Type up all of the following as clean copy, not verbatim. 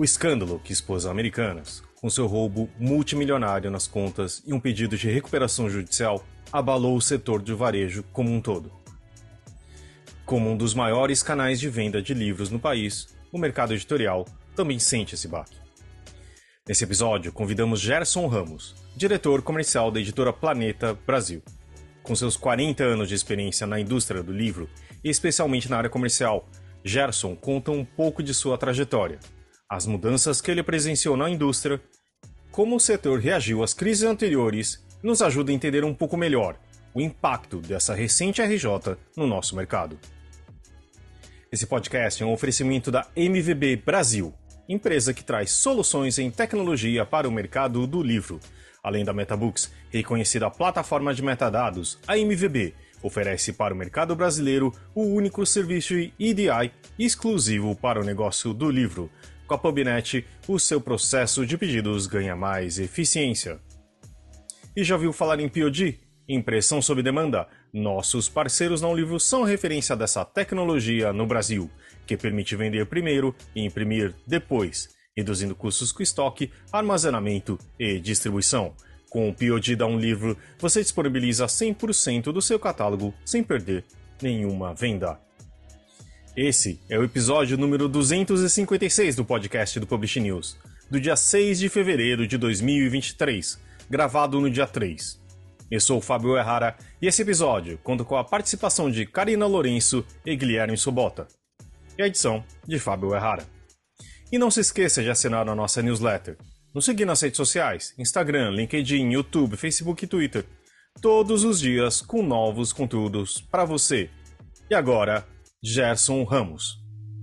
escândalo que expôs a Americanas, com seu roubo multimilionário nas contas e um pedido de recuperação judicial, abalou o setor de varejo como um todo. Como um dos maiores canais de venda de livros no país, o mercado editorial também sente esse baque. Nesse episódio, convidamos Gerson Ramos, diretor comercial da editora Planeta Brasil. Com seus 40 anos de experiência na indústria do livro, e especialmente na área comercial, Gerson conta um pouco de sua trajetória, as mudanças que ele presenciou na indústria, como o setor reagiu às crises anteriores e nos ajuda a entender um pouco melhor o impacto dessa recente RJ no nosso mercado. Esse podcast é um oferecimento da MVB Brasil, empresa que traz soluções em tecnologia para o mercado do livro. Além da MetaBooks, reconhecida plataforma de metadados, a MVB oferece para o mercado brasileiro o único serviço EDI exclusivo para o negócio do livro. Com a PubNet, o seu processo de pedidos ganha mais eficiência. E já ouviu falar em POD? Impressão sob demanda. Nossos parceiros no livro são referência dessa tecnologia no Brasil, que permite vender primeiro e imprimir depois, reduzindo custos com estoque, armazenamento e distribuição. Com o POD da Livro, você disponibiliza 100% do seu catálogo sem perder nenhuma venda. Esse é o episódio número 256 do podcast do Publish News, do dia 6 de fevereiro de 2023, gravado no dia 3. Eu sou o Fábio Errara e esse episódio conta com a participação de Karina Lourenço e Guilherme Sobota, e a edição de Fábio Errara. E não se esqueça de assinar a nossa newsletter, nos seguir nas redes sociais, Instagram, LinkedIn, YouTube, Facebook e Twitter, todos os dias com novos conteúdos para você. E agora, Gerson Ramos.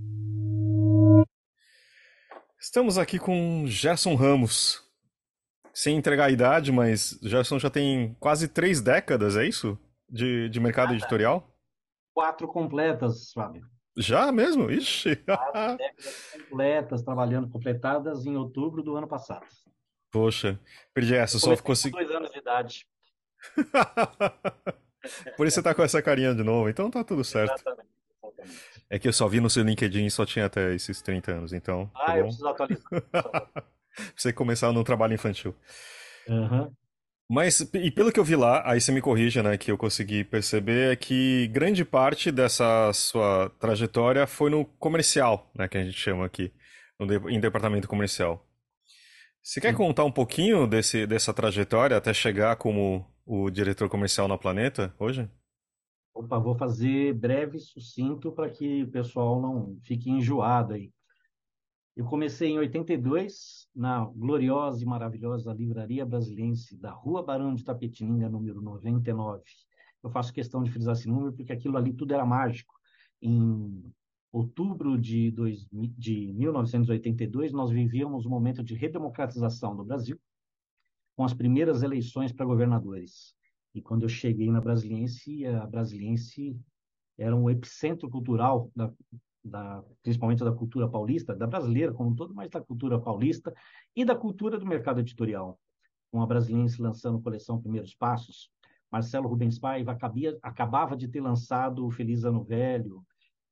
Estamos aqui com Gerson Ramos. Sem entregar a idade, mas Gerson já tem quase 3 décadas, é isso? De mercado editorial? 4 completas, Fábio. Já mesmo? Ixi! 4 décadas completas, trabalhando, completadas em outubro do ano passado. Poxa, perdi essa, Eu só comecei ficou com 2 anos de idade. Por isso você tá com essa carinha de novo, então tá tudo certo. Exatamente, exatamente. É que eu só vi no seu LinkedIn e só tinha até esses 30 anos, então tá Eu bom? preciso atualizar. Pra você começar no trabalho infantil. Aham. Mas, e pelo que eu vi lá, aí você me corrija, né, que eu consegui perceber, é que grande parte dessa sua trajetória foi no comercial, né, que a gente chama aqui, em departamento comercial. Você quer Sim. contar um pouquinho dessa trajetória até chegar como o diretor comercial na Planeta hoje? Opa, vou fazer breve e sucinto para que o pessoal não fique enjoado aí. Eu comecei em 82, na gloriosa e maravilhosa Livraria Brasiliense da Rua Barão de Tapetininga, número 99. Eu faço questão de frisar esse número porque aquilo ali tudo era mágico. Em outubro de 1982, nós vivíamos um momento de redemocratização do Brasil, com as primeiras eleições para governadores. E quando eu cheguei na Brasiliense, a Brasiliense era um epicentro cultural principalmente da cultura paulista, da brasileira como um todo, mas da cultura paulista e da cultura do mercado editorial. Com a Brasiliense lançando a coleção Primeiros Passos, Marcelo Rubens Paiva acabava de ter lançado o Feliz Ano Velho,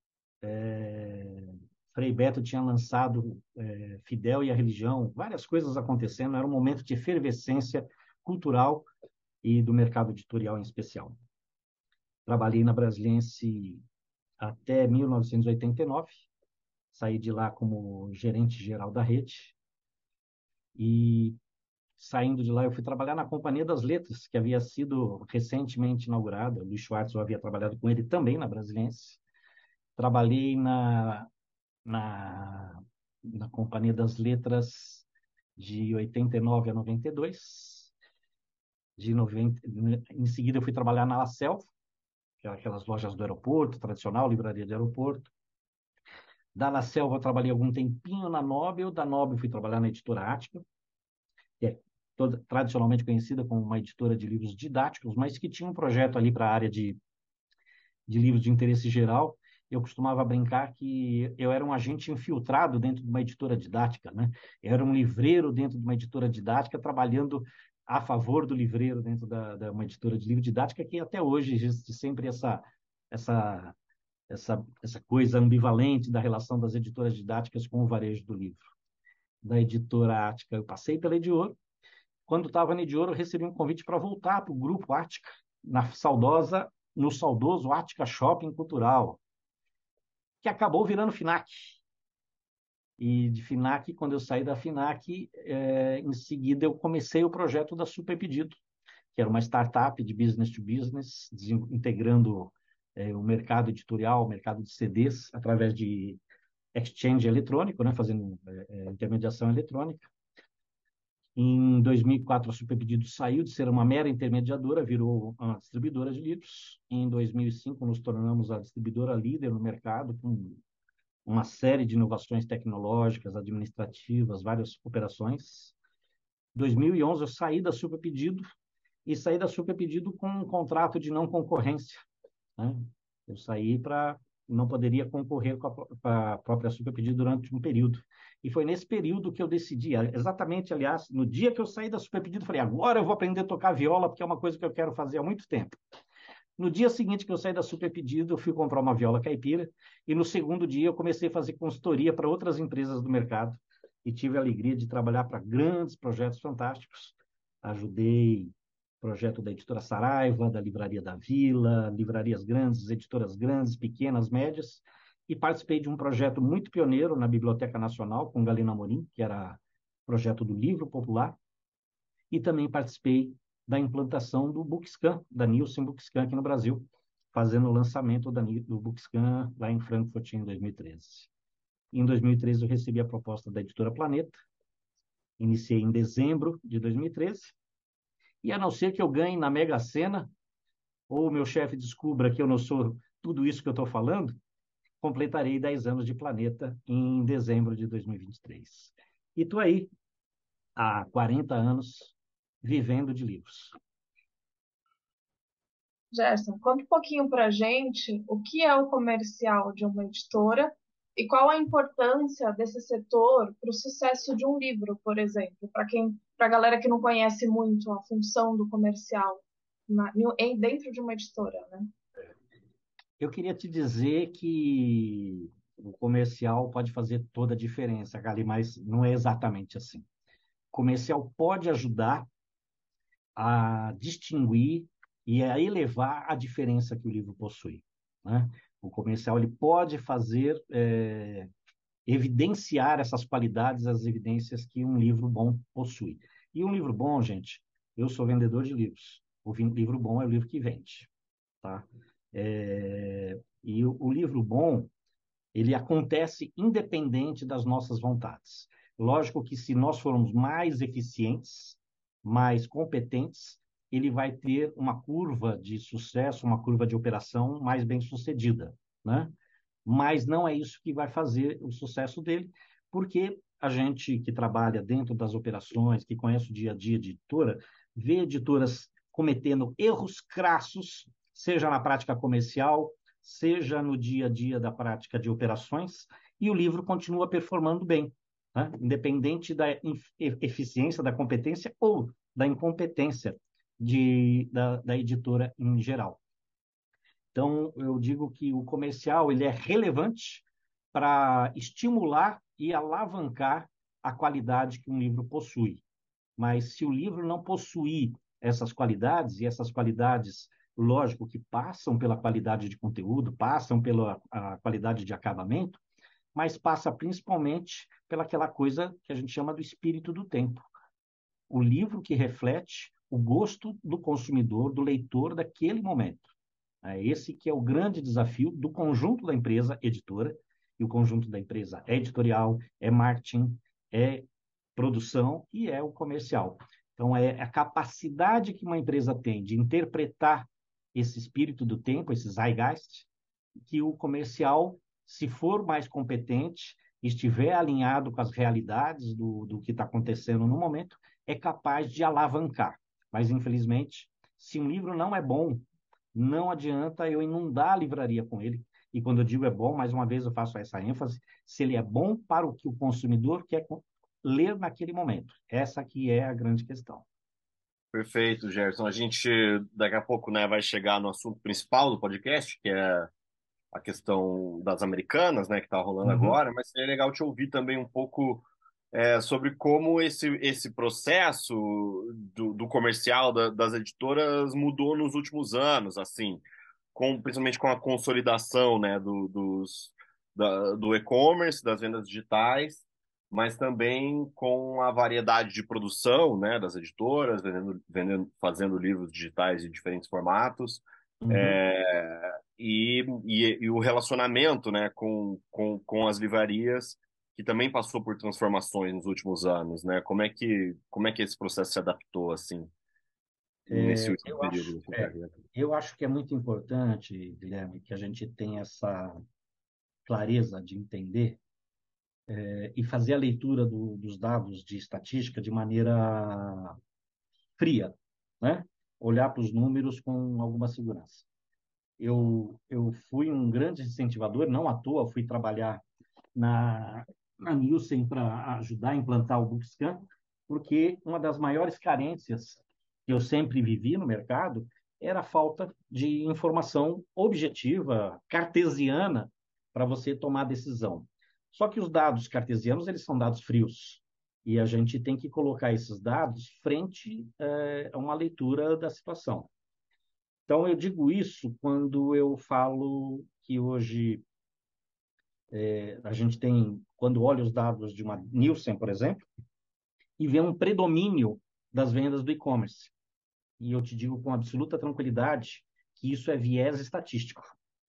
Frei Beto tinha lançado Fidel e a Religião, várias coisas acontecendo, era um momento de efervescência cultural e do mercado editorial em especial. Trabalhei na Brasiliense até 1989, saí de lá como gerente geral da rede e saindo de lá eu fui trabalhar na Companhia das Letras, que havia sido recentemente inaugurada. O Luiz Schwartz, eu havia trabalhado com ele também na Brasiliense. Trabalhei na, na Companhia das Letras de 89 a 92. Em seguida eu fui trabalhar na La Selva, que é aquelas lojas do aeroporto, tradicional, livraria de aeroporto. Da La Selva eu trabalhei algum tempinho na Nobel, da Nobel fui trabalhar na editora Ática, que é tradicionalmente conhecida como uma editora de livros didáticos, mas que tinha um projeto ali para a área de livros de interesse geral. Eu costumava brincar que eu era um agente infiltrado dentro de uma editora didática, né? Eu era um livreiro dentro de uma editora didática, trabalhando a favor do livreiro dentro da uma editora de livro didática, que até hoje existe sempre essa essa coisa ambivalente da relação das editoras didáticas com o varejo do livro. da editora Ática, eu passei pela Edioro. Quando estava na Edioro, eu recebi um convite para voltar para o grupo Ática, no saudoso Ática Shopping Cultural, que acabou virando FINAC. E de FINAC, quando eu saí da FINAC, em seguida eu comecei o projeto da Super Pedido, que era uma startup de business to business, integrando o mercado editorial, o mercado de CDs, através de exchange eletrônico, né, fazendo intermediação eletrônica. Em 2004, a Superpedido saiu de ser uma mera intermediadora, virou uma distribuidora de livros. Em 2005, nos tornamos a distribuidora líder no mercado, com uma série de inovações tecnológicas, administrativas, várias operações. Em 2011, eu saí da Superpedido e saí da Superpedido com um contrato de não concorrência, né? Eu saí para não poderia concorrer com a própria Superpedido durante um período. E foi nesse período que eu decidi, exatamente, aliás, no dia que eu saí da Superpedido, falei, agora eu vou aprender a tocar viola, porque é uma coisa que eu quero fazer há muito tempo. No dia seguinte que eu saí da Superpedido, eu fui comprar uma viola caipira, e no segundo dia eu comecei a fazer consultoria para outras empresas do mercado, e tive a alegria de trabalhar para grandes projetos fantásticos. Ajudei projeto da editora Saraiva, da Livraria da Vila, livrarias grandes, editoras grandes, pequenas, médias, e participei de um projeto muito pioneiro na Biblioteca Nacional, com Galina Amorim, que era o projeto do livro popular, e também participei da implantação do Bookscan, da Nielsen Bookscan aqui no Brasil, fazendo o lançamento do Bookscan lá em Frankfurt em 2013. Em 2013 eu recebi a proposta da editora Planeta, iniciei em dezembro de 2013, e a não ser que eu ganhe na Mega Sena, ou o meu chefe descubra que eu não sou tudo isso que eu estou falando, completarei 10 anos de Planeta em dezembro de 2023. E estou aí há 40 anos vivendo de livros. Gerson, conta um pouquinho para a gente o que é o comercial de uma editora e qual a importância desse setor para o sucesso de um livro, por exemplo, para a galera que não conhece muito a função do comercial dentro de uma editora, né? Eu queria te dizer que o comercial pode fazer toda a diferença, Gali, mas não é exatamente assim. O comercial pode ajudar a distinguir e a elevar a diferença que o livro possui, né? O comercial ele pode fazer evidenciar essas qualidades, as evidências que um livro bom possui. E um livro bom, gente, eu sou vendedor de livros. O livro bom é o livro que vende, tá? E o livro bom, ele acontece independente das nossas vontades. Lógico que se nós formos mais eficientes, mais competentes, ele vai ter uma curva de sucesso, uma curva de operação mais bem sucedida, né? Mas não é isso que vai fazer o sucesso dele, porque a gente que trabalha dentro das operações, que conhece o dia a dia de editora, vê editoras cometendo erros crassos, seja na prática comercial, seja no dia a dia da prática de operações, e o livro continua performando bem, né? Independente da eficiência, da competência ou da incompetência da editora em geral. Então, eu digo que o comercial ele é relevante para estimular e alavancar a qualidade que um livro possui. Mas se o livro não possuir essas qualidades, e essas qualidades, lógico, que passam pela qualidade de conteúdo, passam pela a qualidade de acabamento, mas passa principalmente pelaquela coisa que a gente chama do espírito do tempo. O livro que reflete o gosto do consumidor, do leitor daquele momento. É esse que é o grande desafio do conjunto da empresa editora, e o conjunto da empresa é editorial, é marketing, é produção e é o comercial. Então, é a capacidade que uma empresa tem de interpretar esse espírito do tempo, esse zeitgeist, que o comercial, se for mais competente, estiver alinhado com as realidades do que está acontecendo no momento, é capaz de alavancar. Mas, infelizmente, se um livro não é bom, não adianta eu inundar a livraria com ele. E quando eu digo é bom, mais uma vez eu faço essa ênfase, se ele é bom para o que o consumidor quer ler naquele momento. Essa aqui é a grande questão. Perfeito, Gerson. A gente daqui a pouco, né, vai chegar no assunto principal do podcast, que é a questão das americanas, né, que está rolando agora, mas seria legal te ouvir também um pouco sobre como esse processo do comercial das editoras mudou nos últimos anos, assim, principalmente com a consolidação, né, do e-commerce, das vendas digitais, mas também com a variedade de produção, né, das editoras, fazendo livros digitais de diferentes formatos, Uhum. e o relacionamento, né, com as livrarias, que também passou por transformações nos últimos anos, né? Como é que esse processo se adaptou, assim, nesse último período da sua carreira? Eu acho que é muito importante, Guilherme, que a gente tenha essa clareza de entender e fazer a leitura dos dados de estatística de maneira fria, né? Olhar para os números com alguma segurança. Eu fui um grande incentivador, não à toa, fui trabalhar na Nielsen para ajudar a implantar o Bookscan, porque uma das maiores carências que eu sempre vivi no mercado era a falta de informação objetiva, cartesiana, para você tomar decisão. Só que os dados cartesianos, eles são dados frios, e a gente tem que colocar esses dados frente a uma leitura da situação. Então, eu digo isso quando eu falo que hoje a gente tem, quando olha os dados de uma Nielsen, por exemplo, e vê um predomínio das vendas do e-commerce. E eu te digo com absoluta tranquilidade que isso é viés estatístico.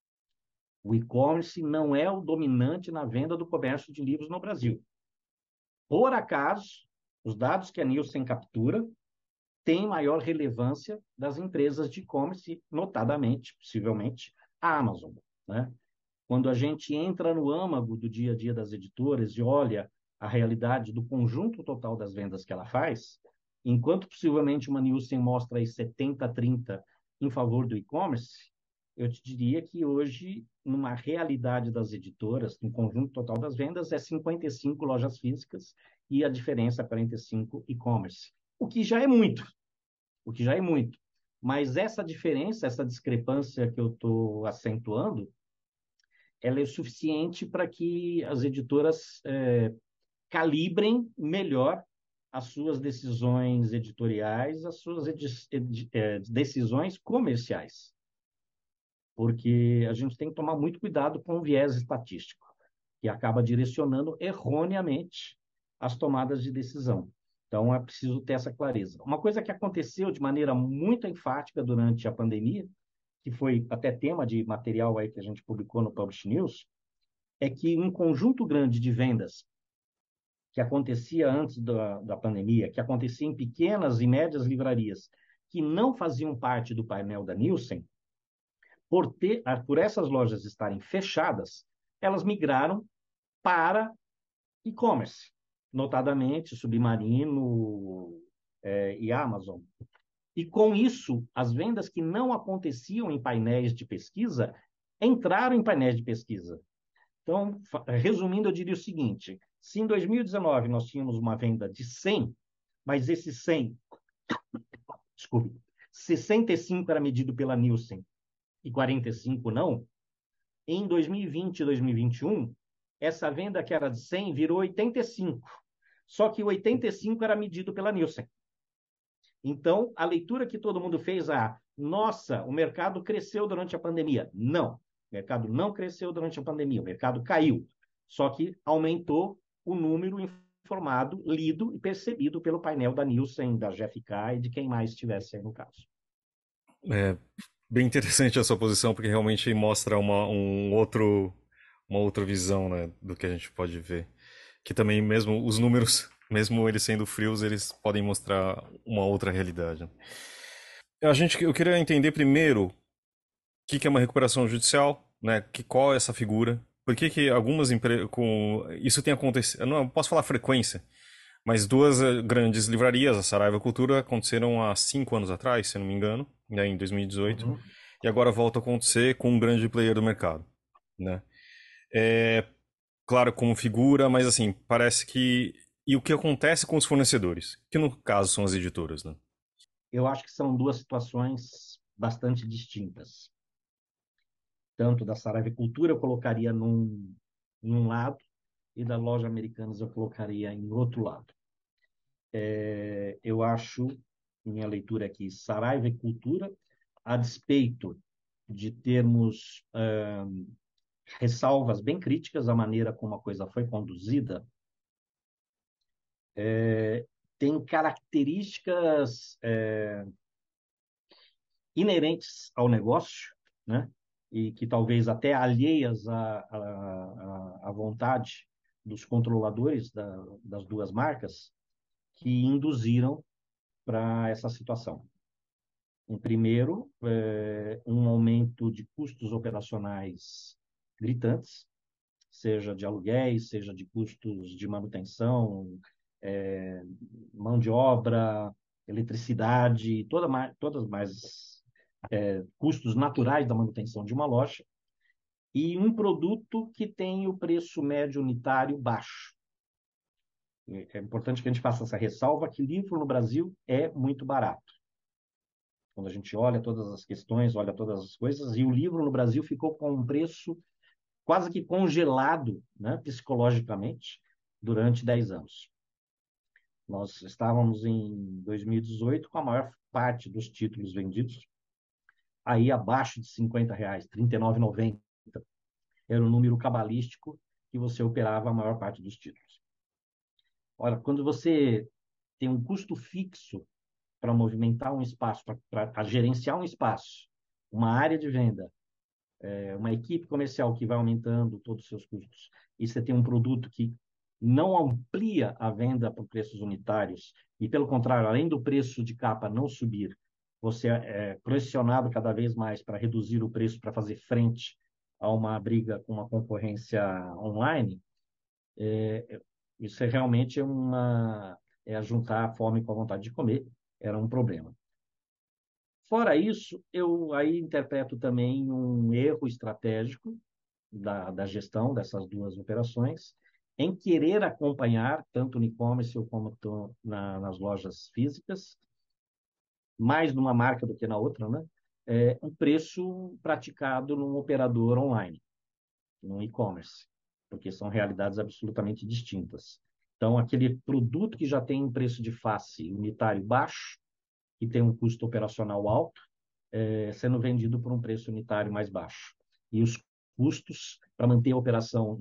O e-commerce não é o dominante na venda do comércio de livros no Brasil. Por acaso, os dados que a Nielsen captura têm maior relevância das empresas de e-commerce, notadamente, possivelmente, a Amazon, né? Quando a gente entra no âmago do dia a dia das editoras e olha a realidade do conjunto total das vendas que ela faz, enquanto possivelmente uma Nielsen mostra aí 70-30 em favor do e-commerce, eu te diria que hoje, numa realidade das editoras, no conjunto total das vendas, é 55 lojas físicas e a diferença é 45 e-commerce. O que já é muito, o que já é muito. Mas essa diferença, essa discrepância que eu estou acentuando, ela é suficiente para que as editoras calibrem melhor as suas decisões editoriais, as suas decisões comerciais, porque a gente tem que tomar muito cuidado com o viés estatístico, que acaba direcionando erroneamente as tomadas de decisão. Então, é preciso ter essa clareza. Uma coisa que aconteceu de maneira muito enfática durante a pandemia, que foi até tema de material aí que a gente publicou no Publish News, é que um conjunto grande de vendas que acontecia antes da pandemia, que acontecia em pequenas e médias livrarias, que não faziam parte do painel da Nielsen, por essas lojas estarem fechadas, elas migraram para e-commerce, notadamente Submarino e Amazon. E com isso, as vendas que não aconteciam em painéis de pesquisa entraram em painéis de pesquisa. Então, resumindo, eu diria o seguinte: se em 2019 nós tínhamos uma venda de 100, mas esses 100, desculpe, 65 era medido pela Nielsen e 45 não, em 2020 e 2021, essa venda que era de 100 virou 85. Só que o 85 era medido pela Nielsen. Então, a leitura que todo mundo fez, nossa, o mercado cresceu durante a pandemia. Não, o mercado não cresceu durante a pandemia, o mercado caiu. Só que aumentou o número informado, lido e percebido pelo painel da Nielsen, da GfK e de quem mais estivesse aí no caso. É bem interessante a sua posição, porque realmente mostra uma outra visão, né, do que a gente pode ver. Que também, mesmo os números, mesmo eles sendo frios, eles podem mostrar uma outra realidade. Eu queria entender primeiro o que é uma recuperação judicial, né? Qual é essa figura? Por que algumas empresas com isso tem acontecido? Eu não posso falar frequência, mas duas grandes livrarias, a Saraiva Cultura, aconteceram há 5 anos atrás, se eu não me engano, né, em 2018, Uhum. e agora volta a acontecer com um grande player do mercado, né? É, claro, como figura, mas assim, parece que... E o que acontece com os fornecedores? Que no caso são as editoras, né? Eu acho que são duas situações bastante distintas. Tanto da Saraiva Cultura eu colocaria num lado, e da loja Americanas eu colocaria em outro lado. Eu acho, minha leitura aqui, Saraiva e Cultura, a despeito de termos ressalvas bem críticas à maneira como a coisa foi conduzida, tem características inerentes ao negócio, né? E que talvez até alheias à vontade dos controladores das duas marcas, que induziram para essa situação. Em primeiro, um aumento de custos operacionais gritantes, seja de aluguéis, seja de custos de manutenção, mão de obra, eletricidade, todas mais custos naturais da manutenção de uma loja, e um produto que tem o preço médio unitário baixo. É importante que a gente faça essa ressalva que livro no Brasil é muito barato. Quando a gente olha todas as questões, olha todas as coisas, e o livro no Brasil ficou com um preço quase que congelado, né, psicologicamente, durante 10 anos. Nós estávamos em 2018 com a maior parte dos títulos vendidos aí abaixo de R$ 50, R$ 39,90. Era o número cabalístico que você operava a maior parte dos títulos. Ora, quando você tem um custo fixo para movimentar um espaço, para gerenciar um espaço, uma área de venda, uma equipe comercial que vai aumentando todos os seus custos, e você tem um produto que não amplia a venda por preços unitários, e pelo contrário, além do preço de capa não subir, você é pressionado cada vez mais para reduzir o preço para fazer frente a uma briga com uma concorrência online, isso é realmente juntar a fome com a vontade de comer, era um problema. Fora isso, eu aí interpreto também um erro estratégico da gestão dessas duas operações, em querer acompanhar, tanto no e-commerce como nas lojas físicas, mais numa marca do que na outra, né? Um preço praticado num operador online, no e-commerce, porque são realidades absolutamente distintas. Então, aquele produto que já tem um preço de face unitário baixo, que tem um custo operacional alto, sendo vendido por um preço unitário mais baixo. E os custos para manter a operação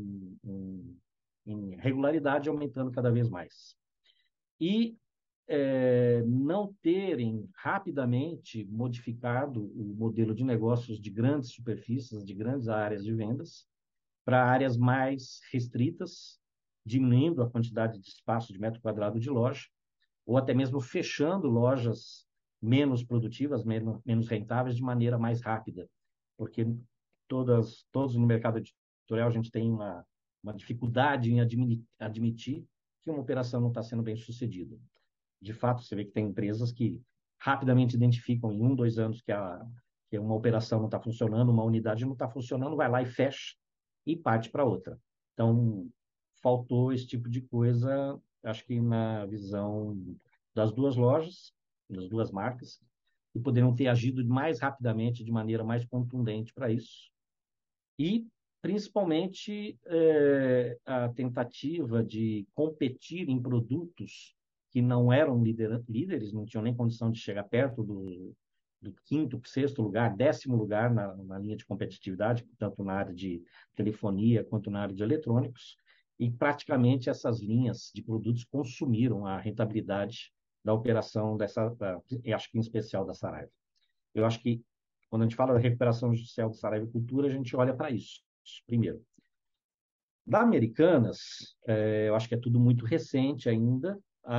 em regularidade aumentando cada vez mais. E não terem rapidamente modificado o modelo de negócios de grandes superfícies, de grandes áreas de vendas, para áreas mais restritas, diminuindo a quantidade de espaço de metro quadrado de loja, ou até mesmo fechando lojas menos produtivas, menos rentáveis, de maneira mais rápida, porque todos no mercado editorial a gente tem uma dificuldade em admitir que uma operação não está sendo bem sucedida. De fato, você vê que tem empresas que rapidamente identificam em 1, 2 anos que uma operação não está funcionando, uma unidade não está funcionando, vai lá e fecha e parte para outra. Então, faltou esse tipo de coisa, acho que na visão das duas lojas, das duas marcas, e poderiam ter agido mais rapidamente, de maneira mais contundente para isso. E, principalmente, a tentativa de competir em produtos que não eram líderes, não tinham nem condição de chegar perto do quinto, sexto lugar, 10º lugar na linha de competitividade, tanto na área de telefonia quanto na área de eletrônicos, e praticamente essas linhas de produtos consumiram a rentabilidade da operação acho que em especial da Saraiva. Eu acho que quando a gente fala da recuperação judicial da Saraiva e Cultura, a gente olha para isso, primeiro. Da Americanas, eu acho que é tudo muito recente ainda,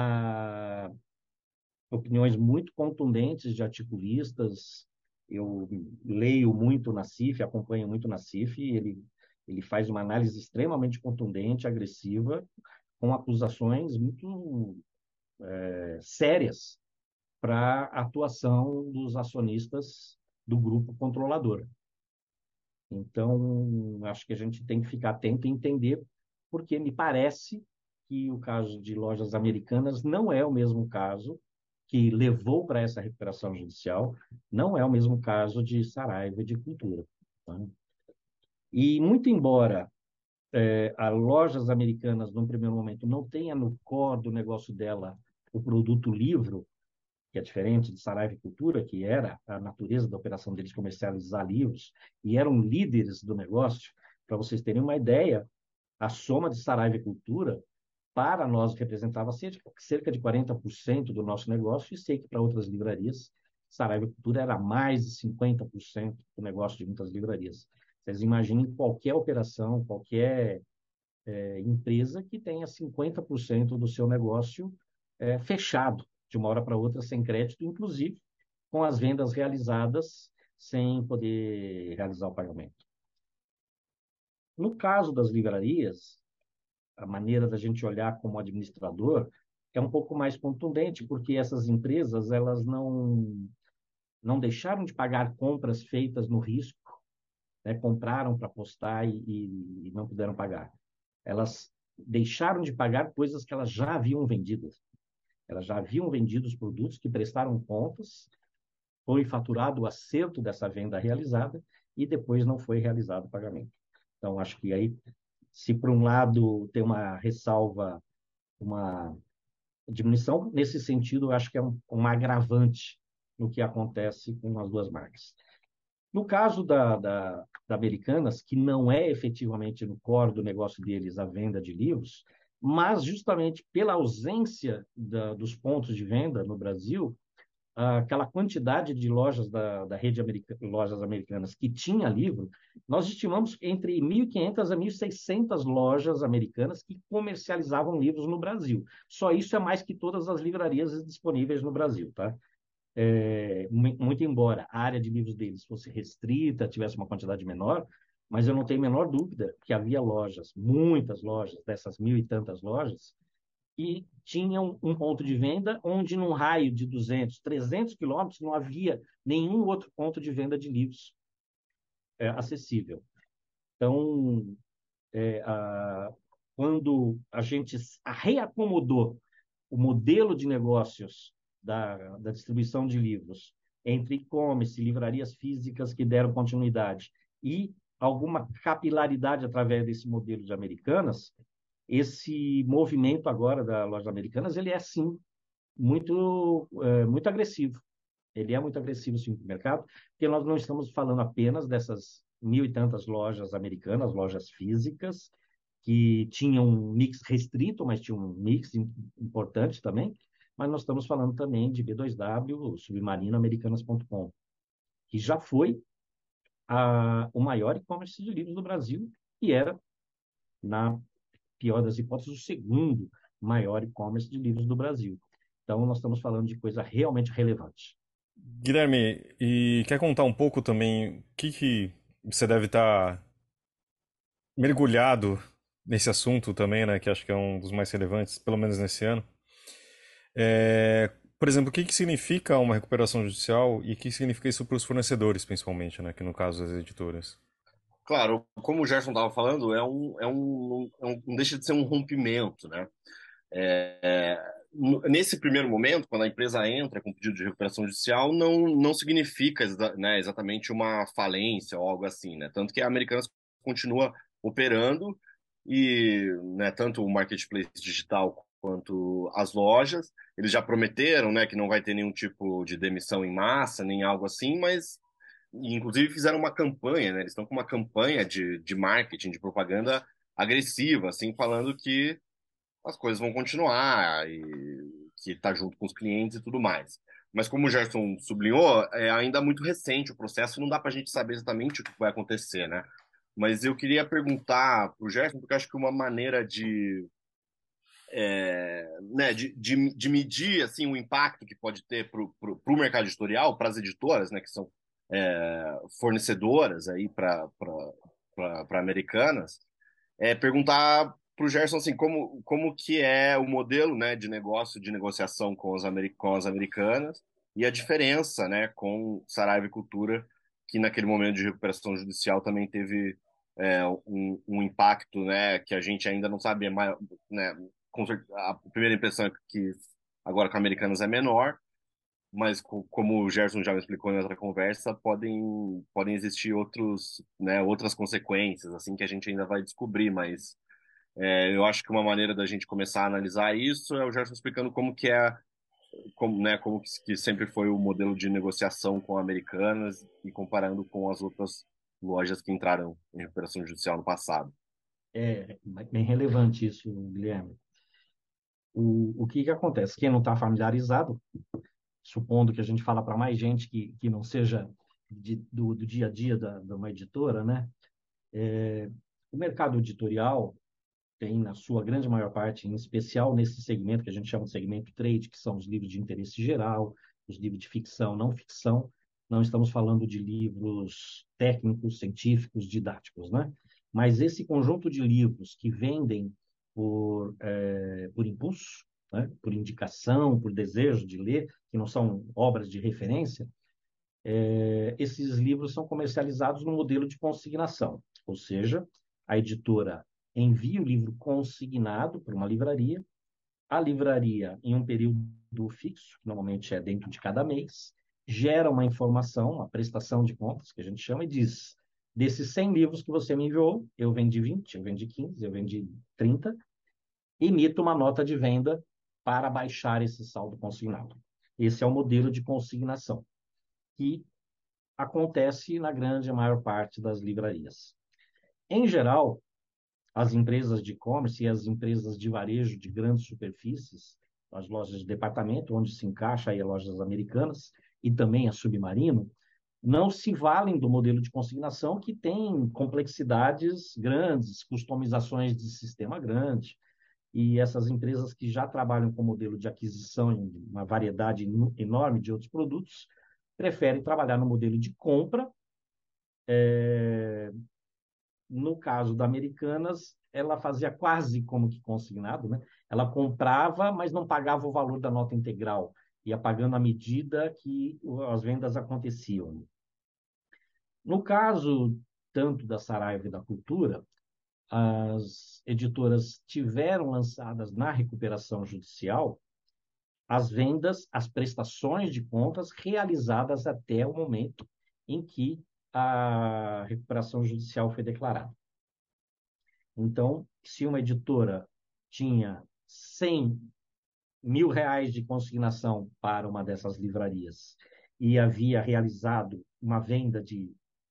opiniões muito contundentes de articulistas. Eu leio muito na CIF, acompanho muito na CIF, ele faz uma análise extremamente contundente, agressiva, com acusações muito sérias para a atuação dos acionistas do grupo controlador. Então, acho que a gente tem que ficar atento e entender, porque me parece que o caso de lojas americanas não é o mesmo caso que levou para essa recuperação judicial, não é o mesmo caso de Saraiva e de Cultura. Tá? E muito embora A Lojas Americanas, num primeiro momento, não tenha no core do negócio dela o produto livro, que é diferente de Saraiva e Cultura, que era a natureza da operação deles comercializar livros, e eram líderes do negócio. Para vocês terem uma ideia, a soma de Saraiva e Cultura, para nós, representava cerca de 40% do nosso negócio, e sei que para outras livrarias, Saraiva e Cultura era mais de 50% do negócio de muitas livrarias. Vocês imaginem qualquer operação, qualquer empresa que tenha 50% do seu negócio fechado de uma hora para outra, sem crédito, inclusive com as vendas realizadas sem poder realizar o pagamento. No caso das livrarias, a maneira da gente olhar como administrador é um pouco mais contundente, porque essas empresas elas não deixaram de pagar compras feitas no risco, né? Compraram para apostar e não puderam pagar. Elas deixaram de pagar coisas que elas já haviam vendido. Elas já haviam vendido os produtos que prestaram contas, foi faturado o acerto dessa venda realizada e depois não foi realizado o pagamento. Então, acho que aí, se por um lado tem uma ressalva, uma diminuição, nesse sentido, eu acho que é um agravante no que acontece com as duas marcas. No caso da Americanas, que não é efetivamente no core do negócio deles a venda de livros, mas justamente pela ausência dos pontos de venda no Brasil, aquela quantidade de lojas da rede Lojas Americanas que tinha livro, nós estimamos entre 1.500 a 1.600 lojas americanas que comercializavam livros no Brasil. Só isso é mais que todas as livrarias disponíveis no Brasil, tá? Muito embora a área de livros deles fosse restrita, tivesse uma quantidade menor, mas eu não tenho a menor dúvida que havia lojas, muitas lojas, dessas 1.000 e tantas lojas, que tinham um ponto de venda onde, num raio de 200, 300 quilômetros, não havia nenhum outro ponto de venda de livros acessível. Então, quando a gente reacomodou o modelo de negócios da distribuição de livros entre e-commerce, livrarias físicas que deram continuidade e alguma capilaridade através desse modelo de Americanas, esse movimento agora da loja Americanas, ele é sim muito agressivo. Ele é muito agressivo sim, no mercado, porque nós não estamos falando apenas dessas 1.000 e tantas lojas americanas, lojas físicas, que tinham um mix restrito, mas tinham um mix importante também, mas nós estamos falando também de B2W, Submarino, Americanas.com, que já foi o maior e-commerce de livros do Brasil e era, na pior das hipóteses, o segundo maior e-commerce de livros do Brasil. Então, nós estamos falando de coisa realmente relevante. Guilherme, e quer contar um pouco também o que você deve estar mergulhado nesse assunto também, né? Que acho que é um dos mais relevantes, pelo menos nesse ano. Por exemplo, o que significa uma recuperação judicial e o que significa isso para os fornecedores, principalmente, né? Que no caso das editoras. Claro, como o Gerson estava falando, não deixa de ser um rompimento, né? Nesse primeiro momento, quando a empresa entra com pedido de recuperação judicial, não significa, né, exatamente uma falência ou algo assim, né? Tanto que a Americanas continua operando e, né, tanto o marketplace digital quanto as lojas, eles já prometeram, né, que não vai ter nenhum tipo de demissão em massa, nem algo assim, mas inclusive fizeram uma campanha, né? Eles estão com uma campanha de marketing, de propaganda agressiva, assim, falando que as coisas vão continuar e que está junto com os clientes e tudo mais. Mas como o Gerson sublinhou, é ainda muito recente o processo, não dá para a gente saber exatamente o que vai acontecer, né? Mas eu queria perguntar para o Gerson, porque eu acho que uma maneira né, de medir assim, o impacto que pode ter para o mercado editorial, para as editoras, né, que são fornecedoras aí para Americanas, perguntar para o Gerson assim, como que é o modelo, né, de negócio, de negociação com as americanas e a diferença, né, com Saraiva e Cultura, que naquele momento de recuperação judicial também teve um impacto, né, que a gente ainda não sabe, né, a primeira impressão é que agora com Americanas é menor, mas como o Gerson já me explicou em outra conversa, podem existir outros, né, outras consequências, assim, que a gente ainda vai descobrir, mas eu acho que uma maneira da gente começar a analisar isso é o Gerson explicando como que é, como, né, como que sempre foi o modelo de negociação com Americanas e comparando com as outras lojas que entraram em recuperação judicial no passado. É bem relevante isso, Guilherme. O que acontece? Quem não está familiarizado, supondo que a gente fala para mais gente que não seja do dia a dia de uma editora, né? O mercado editorial tem, na sua grande maior parte, em especial nesse segmento que a gente chama de segmento trade, que são os livros de interesse geral, os livros de ficção, não ficção. Não estamos falando de livros técnicos, científicos, didáticos, né? Mas esse conjunto de livros que vendem por impulso, né? Por indicação, por desejo de ler, que não são obras de referência, esses livros são comercializados no modelo de consignação, ou seja, a editora envia o livro consignado para uma livraria, a livraria, em um período fixo, que normalmente é dentro de cada mês, gera uma informação, uma prestação de contas, que a gente chama, e diz: desses 100 livros que você me enviou, eu vendi 20, eu vendi 15, eu vendi 30, emito uma nota de venda para baixar esse saldo consignado. Esse é o modelo de consignação, que acontece na grande maior parte das livrarias. Em geral, as empresas de e-commerce e as empresas de varejo de grandes superfícies, as lojas de departamento, onde se encaixa aí as lojas americanas e também a Submarino, não se valem do modelo de consignação, que tem complexidades grandes, customizações de sistema grande, e essas empresas que já trabalham com modelo de aquisição em uma variedade enorme de outros produtos, preferem trabalhar no modelo de compra. No caso da Americanas, ela fazia quase como que consignado, né? Ela comprava, mas não pagava o valor da nota integral, ia pagando à medida que as vendas aconteciam. No caso tanto da Saraiva e da Cultura, as editoras tiveram lançadas na recuperação judicial as vendas, as prestações de contas realizadas até o momento em que a recuperação judicial foi declarada. Então, se uma editora tinha 100 mil reais de consignação para uma dessas livrarias e havia realizado uma venda de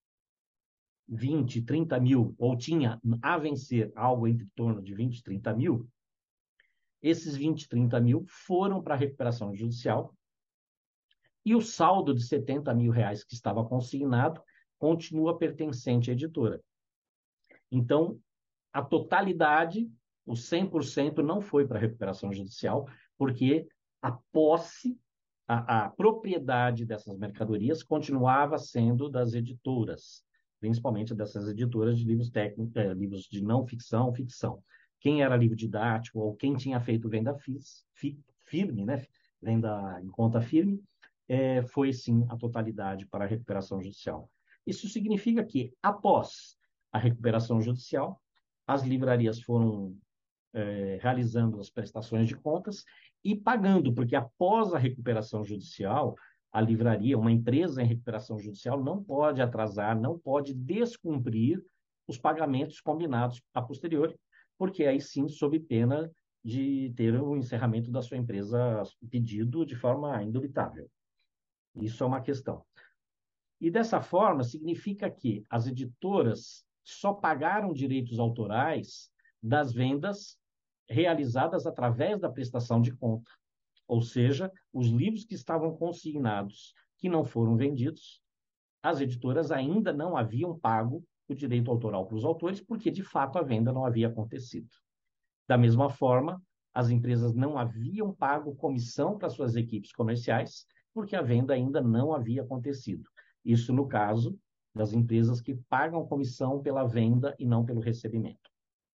20, 30 mil, ou tinha a vencer algo entre torno de 20, 30 mil, esses 20, 30 mil foram para a recuperação judicial e o saldo de 70 mil reais que estava consignado continua pertencente à editora. Então, a totalidade, os 100% não foi para a recuperação judicial, porque a posse, a propriedade dessas mercadorias continuava sendo das editoras, principalmente dessas editoras de livros técnicos, livros de não ficção, ficção. Quem era livro didático ou quem tinha feito venda firme, né? Venda em conta firme, foi sim a totalidade para a recuperação judicial. Isso significa que, após a recuperação judicial, as livrarias foram realizando as prestações de contas e pagando, porque após a recuperação judicial, a livraria, uma empresa em recuperação judicial, não pode atrasar, não pode descumprir os pagamentos combinados a posteriori, porque aí sim, sob pena de ter o encerramento da sua empresa pedido de forma indubitável. Isso é uma questão. E dessa forma, significa que as editoras só pagaram direitos autorais das vendas realizadas através da prestação de conta. Ou seja, os livros que estavam consignados, que não foram vendidos, as editoras ainda não haviam pago o direito autoral para os autores, porque de fato a venda não havia acontecido. Da mesma forma, as empresas não haviam pago comissão para suas equipes comerciais, porque a venda ainda não havia acontecido. Isso no caso das empresas que pagam comissão pela venda e não pelo recebimento.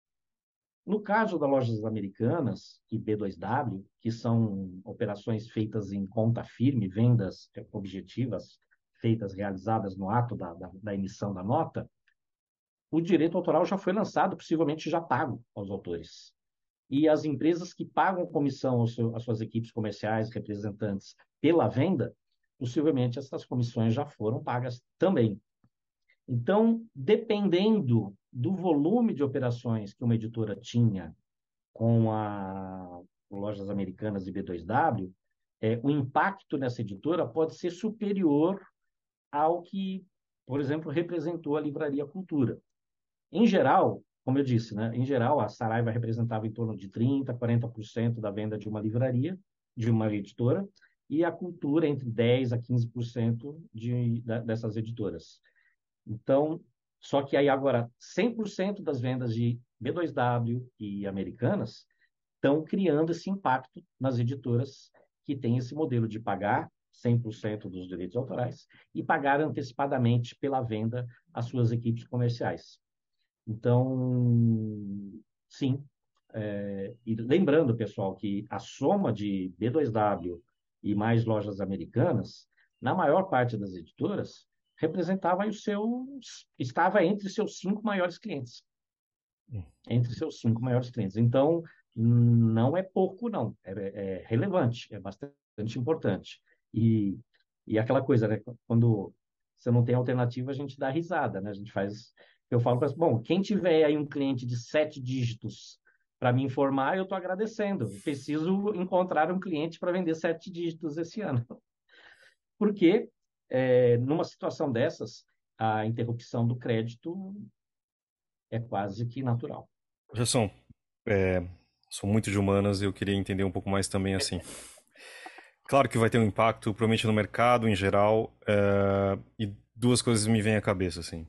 No caso das lojas americanas e B2W, que são operações feitas em conta firme, vendas objetivas, feitas, realizadas no ato da emissão da nota, o direito autoral já foi lançado, possivelmente já pago aos autores. e as empresas que pagam comissão às suas equipes comerciais, representantes, pela venda, possivelmente essas comissões já foram pagas também. Então, dependendo do volume de operações que uma editora tinha com a Lojas Americanas e B2W, o impacto nessa editora pode ser superior ao que, por exemplo, representou a Livraria Cultura. Em geral, como eu disse, né, em geral, a Saraiva representava em torno de 30%, 40% da venda de uma livraria, de uma editora, e a Cultura entre 10% a 15% dessas editoras. Então, só que aí agora 100% das vendas de B2W e Americanas estão criando esse impacto nas editoras que têm esse modelo de pagar 100% dos direitos autorais e pagar antecipadamente pela venda às suas equipes comerciais. Então, sim. E lembrando, pessoal, que a soma de B2W e mais lojas americanas, na maior parte das editoras, representava estava entre seus 5 maiores clientes. Entre seus 5 maiores clientes. Então, não é pouco, não. É relevante, é bastante importante. E aquela coisa, né? Quando você não tem alternativa, a gente dá risada, né? A gente faz. Eu falo para bom, quem tiver aí um cliente de 7 dígitos para me informar, eu estou agradecendo. Eu preciso encontrar um cliente para vender 7 dígitos esse ano. Porque, numa situação dessas, a interrupção do crédito é quase que natural. Gerson, é, sou muito de humanas e eu queria entender um pouco mais também assim. Claro que vai ter um impacto, provavelmente no mercado em geral, e duas coisas me vêm à cabeça, assim.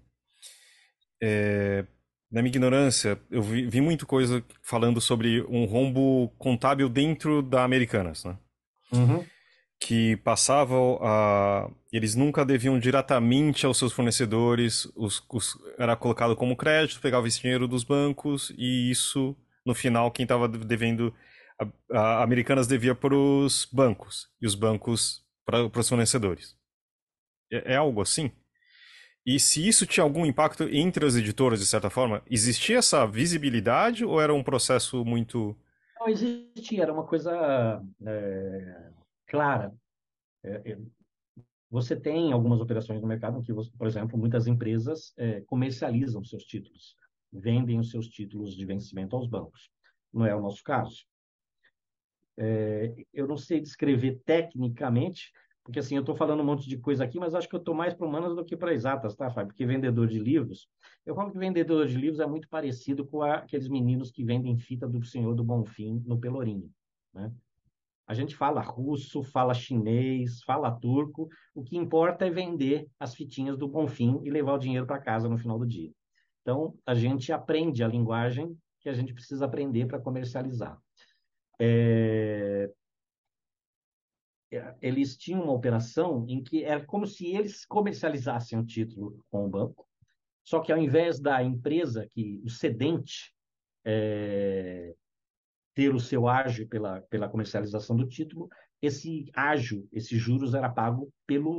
Na minha ignorância, eu vi muita coisa falando sobre um rombo contábil dentro da Americanas, né? Uhum. Que passavam a... Eles nunca deviam diretamente aos seus fornecedores, era colocado como crédito, pegava esse dinheiro dos bancos e isso, no final, quem estava devendo... A Americanas devia para os bancos e os bancos para os fornecedores. É algo assim? E se isso tinha algum impacto entre as editoras, de certa forma, existia essa visibilidade ou era um processo muito... Não existia, era uma coisa clara. Você tem algumas operações no mercado em que, por exemplo, muitas empresas comercializam seus títulos, vendem os seus títulos de vencimento aos bancos. Não é o nosso caso. Eu não sei descrever tecnicamente, porque assim, eu estou falando um monte de coisa aqui, mas acho que eu estou mais para humanas do que para exatas, tá, Fábio? Porque vendedor de livros, eu falo que vendedor de livros é muito parecido com aqueles meninos que vendem fita do Senhor do Bonfim no Pelourinho, né? A gente fala russo, fala chinês, fala turco, o que importa é vender as fitinhas do Bonfim e levar o dinheiro para casa no final do dia. Então, a gente aprende a linguagem que a gente precisa aprender para comercializar. Eles tinham uma operação em que era como se eles comercializassem o título com o banco, só que ao invés da empresa, o cedente, ter o seu ágio pela comercialização do título, esse ágio, esses juros era pago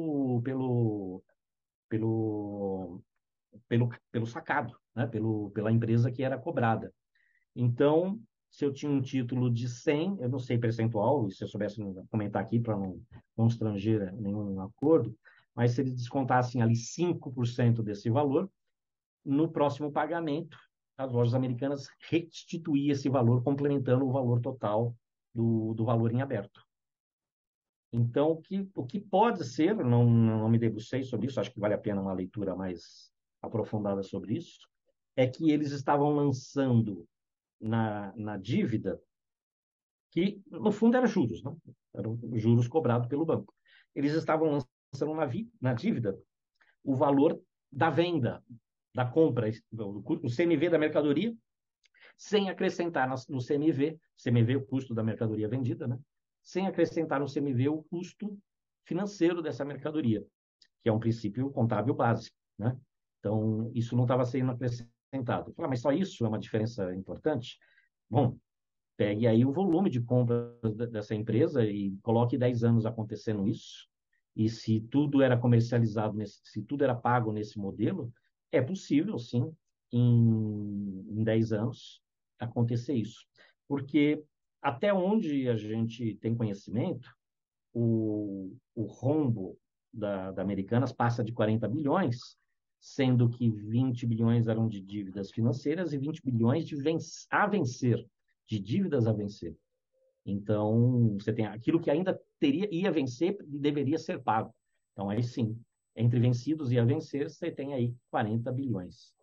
pelo sacado, né? Pela empresa que era cobrada. Então, se eu tinha um título de 100, eu não sei percentual, e se eu soubesse comentar aqui para não constranger nenhum acordo, mas se eles descontassem ali 5% desse valor, no próximo pagamento, as lojas americanas restituíam esse valor, complementando o valor total do valor em aberto. Então, o que pode ser, não me debrucei sobre isso, acho que vale a pena uma leitura mais aprofundada sobre isso, é que eles estavam lançando na dívida, que no fundo eram juros, né? Eram juros cobrados pelo banco. Eles estavam lançando na dívida o valor da venda, da compra, o CMV da mercadoria, sem acrescentar no CMV o custo da mercadoria vendida, né? Sem acrescentar no CMV o custo financeiro dessa mercadoria, que é um princípio contábil básico, né? Então, isso não estava sendo acrescentado. Mas só isso é uma diferença importante? Bom, pegue aí o volume de compra dessa empresa e coloque 10 anos acontecendo isso. E se tudo era comercializado, se tudo era pago nesse modelo, é possível, sim, em 10 anos, acontecer isso. porque até onde a gente tem conhecimento, o rombo da Americanas passa de 40 bilhões, sendo que 20 bilhões eram de dívidas financeiras e 20 bilhões a vencer, de dívidas a vencer. Então, você tem aquilo que ainda ia vencer e deveria ser pago. Então, aí sim, entre vencidos e a vencer, você tem aí 40 bilhões.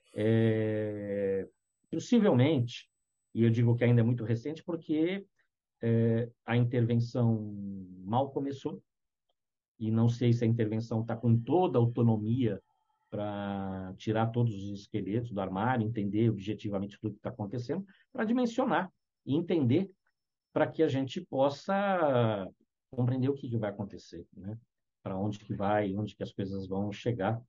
Possivelmente, e eu digo que ainda é muito recente, porque a intervenção mal começou, e não sei se a intervenção está com toda a autonomia para tirar todos os esqueletos do armário, entender objetivamente tudo que está acontecendo, para dimensionar e entender, para que a gente possa compreender o que vai acontecer, né? Para onde que vai, onde que as coisas vão chegar.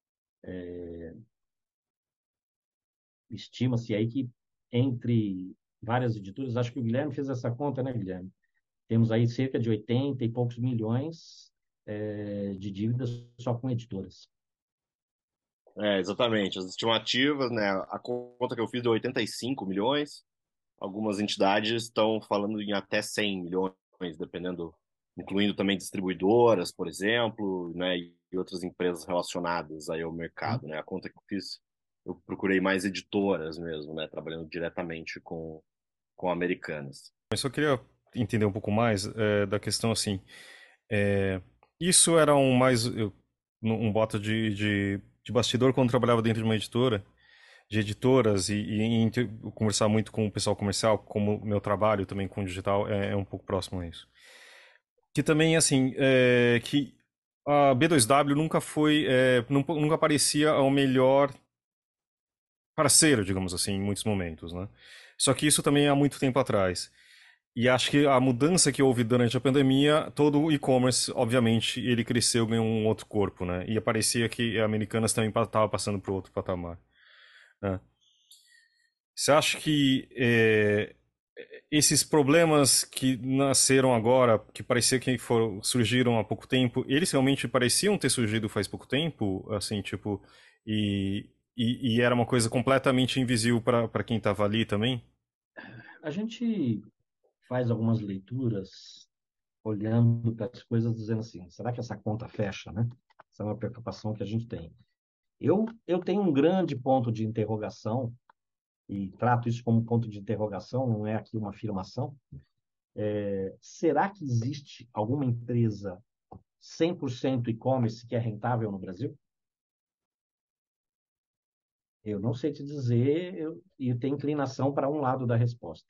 Estima-se aí que entre várias editoras, acho que o Guilherme fez essa conta, né, Guilherme? Temos aí cerca de 80 e poucos milhões de dívidas só com editoras. Exatamente. As estimativas, né? A conta que eu fiz deu 85 milhões. Algumas entidades estão falando em até 100 milhões, dependendo, incluindo também distribuidoras, por exemplo, né? E outras empresas relacionadas aí ao mercado, né? A conta que eu fiz, eu procurei mais editoras mesmo, né? Trabalhando diretamente com americanas. Eu só queria entender um pouco mais da questão assim. é, Isso era um bota de bastidor quando eu trabalhava dentro de uma editora, de editoras e conversar muito com o pessoal comercial, como o meu trabalho também com digital é um pouco próximo a isso. Que também, assim, que a B2W nunca foi, nunca parecia o melhor parceiro, digamos assim, em muitos momentos, né? Só que isso também há muito tempo atrás. E acho que a mudança que houve durante a pandemia, todo o e-commerce, obviamente, ele cresceu, ganhou um outro corpo, né? E parecia que a Americanas também estava passando para outro patamar, né? Você acha que esses problemas que nasceram agora, que parecia que surgiram há pouco tempo, eles realmente pareciam ter surgido faz pouco tempo, assim, tipo, e era uma coisa completamente invisível para quem estava ali também? A gente faz algumas leituras olhando para as coisas, dizendo assim: será que essa conta fecha, né? Essa é uma preocupação que a gente tem. Eu tenho um grande ponto de interrogação, e trato isso como ponto de interrogação, não é aqui uma afirmação. Será que existe alguma empresa 100% e-commerce que é rentável no Brasil? Eu não sei te dizer, e eu tenho inclinação para um lado da resposta.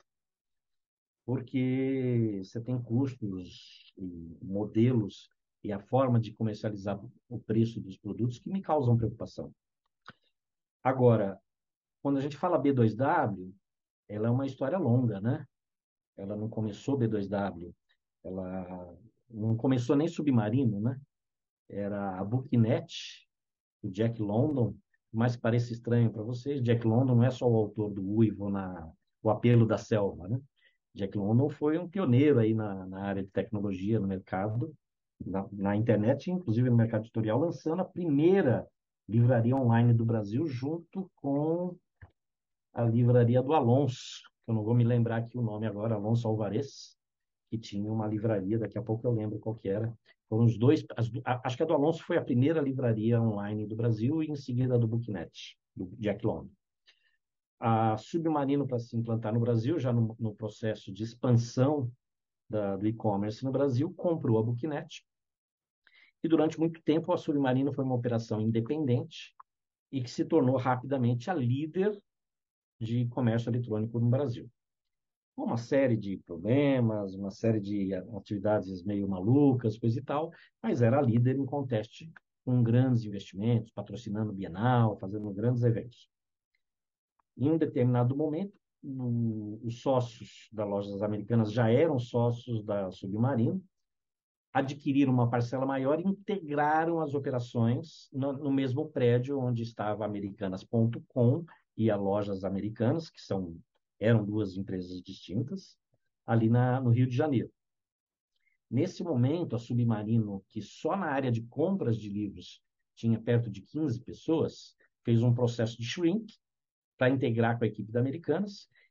Porque você tem custos e modelos e a forma de comercializar o preço dos produtos que me causam preocupação. Agora, quando a gente fala B2W, ela é uma história longa, né? Ela não começou B2W, ela não começou nem Submarino, né? Era a Booknet, o Jack London, mais que pareça estranho para vocês, Jack London não é só o autor do Uivo O Apelo da Selva, né? Jack London foi um pioneiro aí na área de tecnologia no mercado, na internet, inclusive no mercado editorial, lançando a primeira livraria online do Brasil, junto com a livraria do Alonso, que eu não vou me lembrar aqui o nome agora, Alonso Alvarez, que tinha uma livraria, daqui a pouco eu lembro qual que era. Foram os dois, acho que a do Alonso foi a primeira livraria online do Brasil e em seguida a do Booknet, do Jack London. A Submarino, para se implantar no Brasil, já no processo de expansão do e-commerce no Brasil, comprou a Booknet. E durante muito tempo a Submarino foi uma operação independente e que se tornou rapidamente a líder de comércio eletrônico no Brasil. Com uma série de problemas, uma série de atividades meio malucas, coisa e tal, mas era a líder em conteste com grandes investimentos, patrocinando Bienal, fazendo grandes eventos. Em um determinado momento, os sócios das lojas americanas já eram sócios da Submarino, adquiriram uma parcela maior e integraram as operações no mesmo prédio onde estava a Americanas.com e a Lojas Americanas, que eram duas empresas distintas, ali no Rio de Janeiro. Nesse momento, a Submarino, que só na área de compras de livros tinha perto de 15 pessoas, fez um processo de shrink para integrar com a equipe da Americanas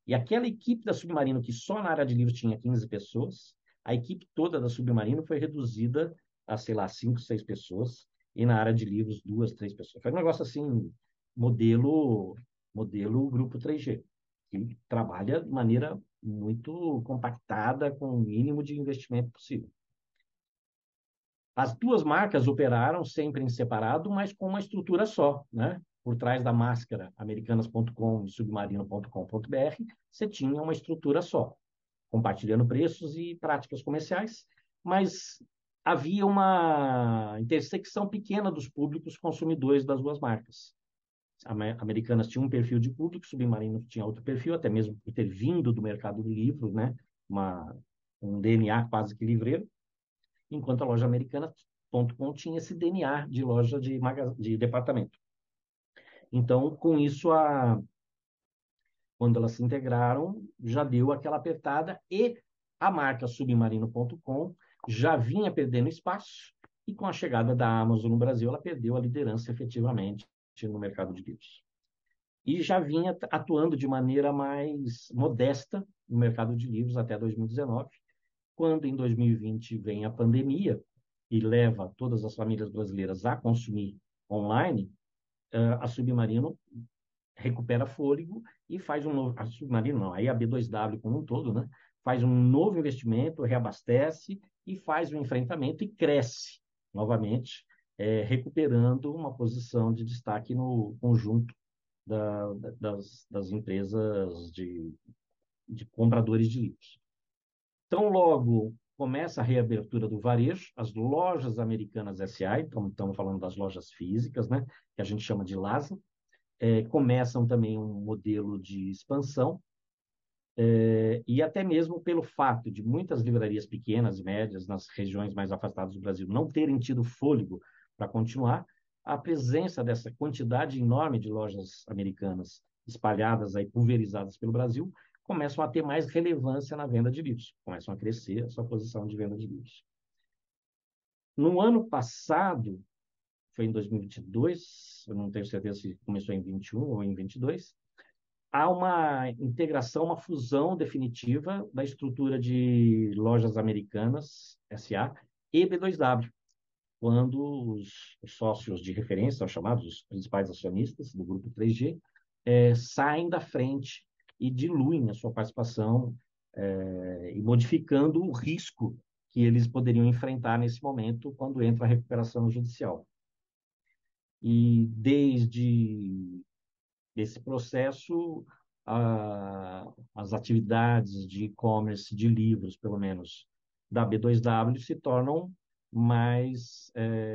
E aquela equipe da Submarino, que só na área de livros tinha 15 pessoas, a equipe toda da Submarino foi reduzida a, sei lá, 5, 6 pessoas, e na área de livros, 2, 3 pessoas. Foi um negócio assim, modelo Grupo 3G, que trabalha de maneira muito compactada, com o mínimo de investimento possível. As duas marcas operaram sempre em separado, mas com uma estrutura só, né? Por trás da máscara americanas.com e submarino.com.br, você tinha uma estrutura só, compartilhando preços e práticas comerciais, mas havia uma intersecção pequena dos públicos consumidores das duas marcas. Americanas tinha um perfil de público, Submarino tinha outro perfil, até mesmo por ter vindo do mercado do livro, né? Um DNA quase que livreiro, enquanto a loja Americanas.com tinha esse DNA de loja de departamento. Então, com isso, quando elas se integraram, já deu aquela apertada e a marca Submarino.com já vinha perdendo espaço e com a chegada da Amazon no Brasil, ela perdeu a liderança efetivamente no mercado de livros. E já vinha atuando de maneira mais modesta no mercado de livros até 2019, quando em 2020 vem a pandemia e leva todas as famílias brasileiras a consumir online, a Submarino recupera fôlego e faz um novo... A Submarino não, aí a B2W como um todo, né? Faz um novo investimento, reabastece e faz um enfrentamento e cresce novamente, recuperando uma posição de destaque no conjunto das empresas de compradores de livros. Então, logo começa a reabertura do varejo, as lojas Americanas S.A., então estamos falando das lojas físicas, né, que a gente chama de LASA, começam também um modelo de expansão, e até mesmo pelo fato de muitas livrarias pequenas e médias nas regiões mais afastadas do Brasil não terem tido fôlego para continuar, a presença dessa quantidade enorme de lojas americanas espalhadas, aí, pulverizadas pelo Brasil, começam a ter mais relevância na venda de livros, começam a crescer a sua posição de venda de livros. No ano passado, foi em 2022, eu não tenho certeza se começou em 21 ou em 22, há uma integração, uma fusão definitiva da estrutura de lojas americanas, SA, e B2W, quando os sócios de referência, são chamados os principais acionistas do Grupo 3G, saem da frente e diluem a sua participação e modificando o risco que eles poderiam enfrentar nesse momento quando entra a recuperação judicial. E desde esse processo, as atividades de e-commerce de livros, pelo menos, da B2W, se tornam mais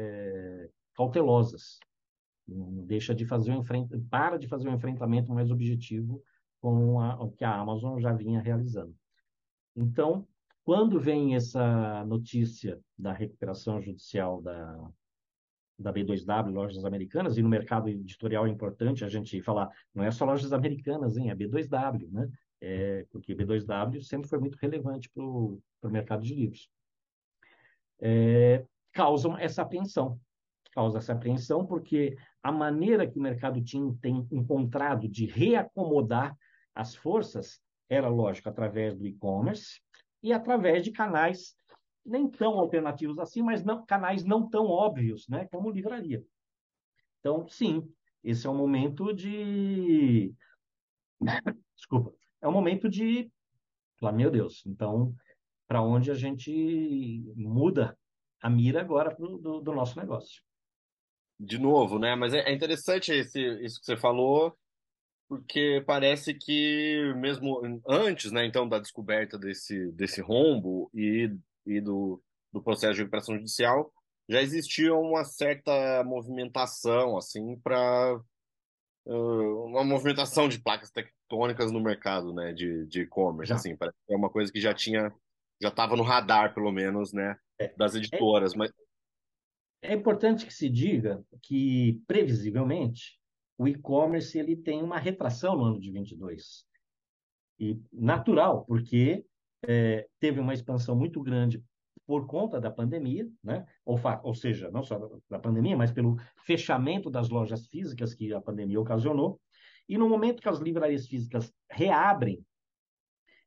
cautelosas. Deixa de fazer para de fazer um enfrentamento mais objetivo com o que a Amazon já vinha realizando. Então, quando vem essa notícia da recuperação judicial da B2W, lojas americanas, e no mercado editorial é importante a gente falar, não é só lojas americanas, hein? É B2W, né? Porque B2W sempre foi muito relevante para o mercado de livros. Causam essa apreensão. Causa essa apreensão porque a maneira que o mercado tem encontrado de reacomodar as forças era, lógico, através do e-commerce e através de canais nem tão alternativos assim, mas canais não tão óbvios, né, como livraria. Então, sim, esse é um momento de... Desculpa. É um momento de... meu Deus, então, para onde a gente muda a mira agora do nosso negócio? De novo, né? Mas é interessante isso que você falou, porque parece que mesmo antes, né, então, da descoberta desse rombo e do processo de recuperação judicial, já existia uma certa movimentação, assim, para uma movimentação de placas tectônicas no mercado, né, de e-commerce, Já. assim, parece que é uma coisa que já estava no radar, pelo menos, né, das É, editoras, mas é importante que se diga que, previsivelmente, o e-commerce ele tem uma retração no ano de 22. E natural, porque teve uma expansão muito grande por conta da pandemia, né? Ou seja, não só da pandemia, mas pelo fechamento das lojas físicas que a pandemia ocasionou. E no momento que as livrarias físicas reabrem,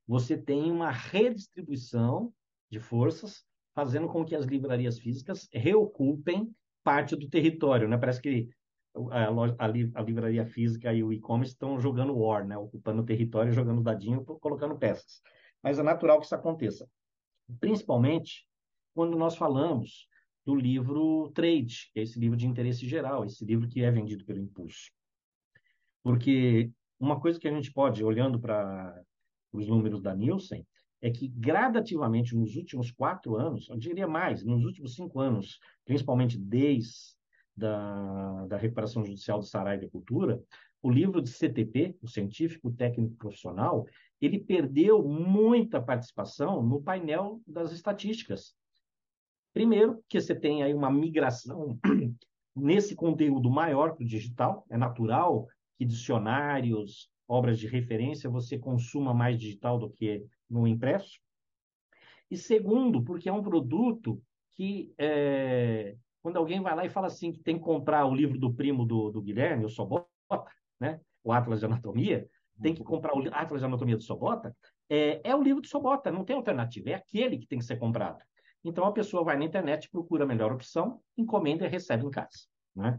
você tem uma redistribuição de forças, fazendo com que as livrarias físicas reocupem parte do território, né? Parece que a livraria física e o e-commerce estão jogando war, né? Ocupando o território, jogando dadinho, colocando peças. Mas é natural que isso aconteça, principalmente quando nós falamos do livro Trade, que é esse livro de interesse geral, esse livro que é vendido pelo Impulso. Porque uma coisa que a gente pode, olhando para os números da Nielsen, é que gradativamente nos últimos 4 anos, eu diria mais, nos últimos 5 anos, principalmente desde da recuperação judicial do Saraiva da Cultura, o livro de CTP, o Científico Técnico Profissional, ele perdeu muita participação no painel das estatísticas. Primeiro, porque você tem aí uma migração nesse conteúdo maior para o digital, é natural que dicionários, obras de referência, você consuma mais digital do que no impresso. E segundo, porque é um produto que, quando alguém vai lá e fala assim que tem que comprar o livro do primo do Guilherme, o Sobota, né? O Atlas de Anatomia, tem que comprar o Atlas de Anatomia do Sobota, é o livro do Sobota, não tem alternativa, é aquele que tem que ser comprado. Então, a pessoa vai na internet, procura a melhor opção, encomenda e recebe em casa, né?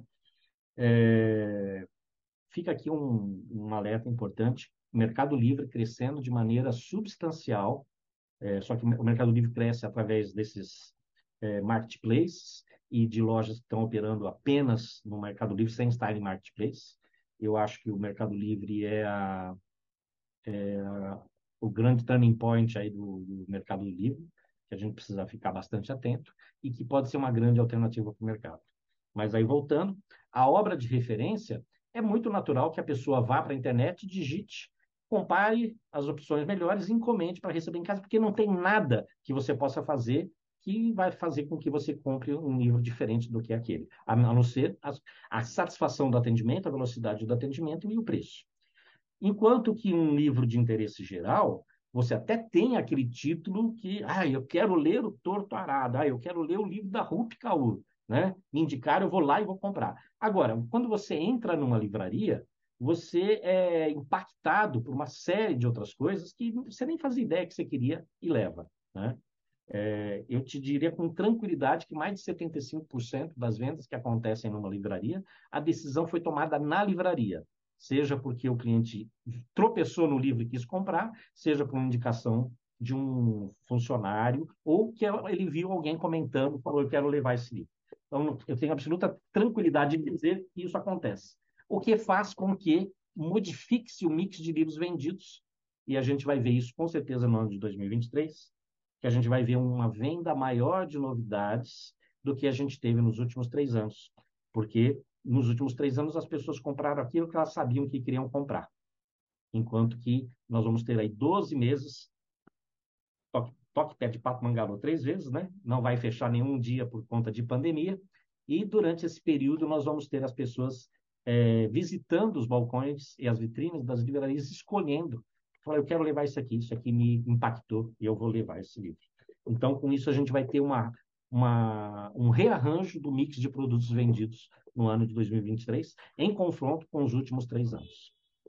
Fica aqui um alerta importante, o Mercado Livre crescendo de maneira substancial, só que o Mercado Livre cresce através desses marketplaces e de lojas que estão operando apenas no Mercado Livre sem estar em marketplace. Eu acho que o Mercado Livre é o grande turning point aí do Mercado Livre, que a gente precisa ficar bastante atento e que pode ser uma grande alternativa para o mercado. Mas aí, voltando, a obra de referência é muito natural que a pessoa vá para a internet, digite, compare as opções melhores e encomende para receber em casa, porque não tem nada que você possa fazer que vai fazer com que você compre um livro diferente do que aquele, a não ser a satisfação do atendimento, a velocidade do atendimento e o preço. Enquanto que um livro de interesse geral, você até tem aquele título que, eu quero ler o Torto Arado, eu quero ler o livro da Rupi Kaur, né? Me indicaram, eu vou lá e vou comprar. Agora, quando você entra numa livraria, você é impactado por uma série de outras coisas que você nem fazia ideia que você queria e leva, né? Eu te diria com tranquilidade que mais de 75% das vendas que acontecem numa livraria, a decisão foi tomada na livraria, seja porque o cliente tropeçou no livro e quis comprar, seja por uma indicação de um funcionário, ou que ele viu alguém comentando, falou, eu quero levar esse livro. Então, eu tenho absoluta tranquilidade de dizer que isso acontece. O que faz com que modifique-se o mix de livros vendidos, e a gente vai ver isso com certeza no ano de 2023, que a gente vai ver uma venda maior de novidades do que a gente teve nos últimos 3 anos. Porque nos últimos 3 anos as pessoas compraram aquilo que elas sabiam que queriam comprar. Enquanto que nós vamos ter aí 12 meses, toque pé de pato mangalô 3 vezes, né? Não vai fechar nenhum dia por conta de pandemia. E durante esse período nós vamos ter as pessoas visitando os balcões e as vitrines das livrarias, escolhendo. Falar, eu quero levar isso aqui me impactou e eu vou levar esse livro. Então, com isso, a gente vai ter um rearranjo do mix de produtos vendidos no ano de 2023, em confronto com os últimos 3 anos.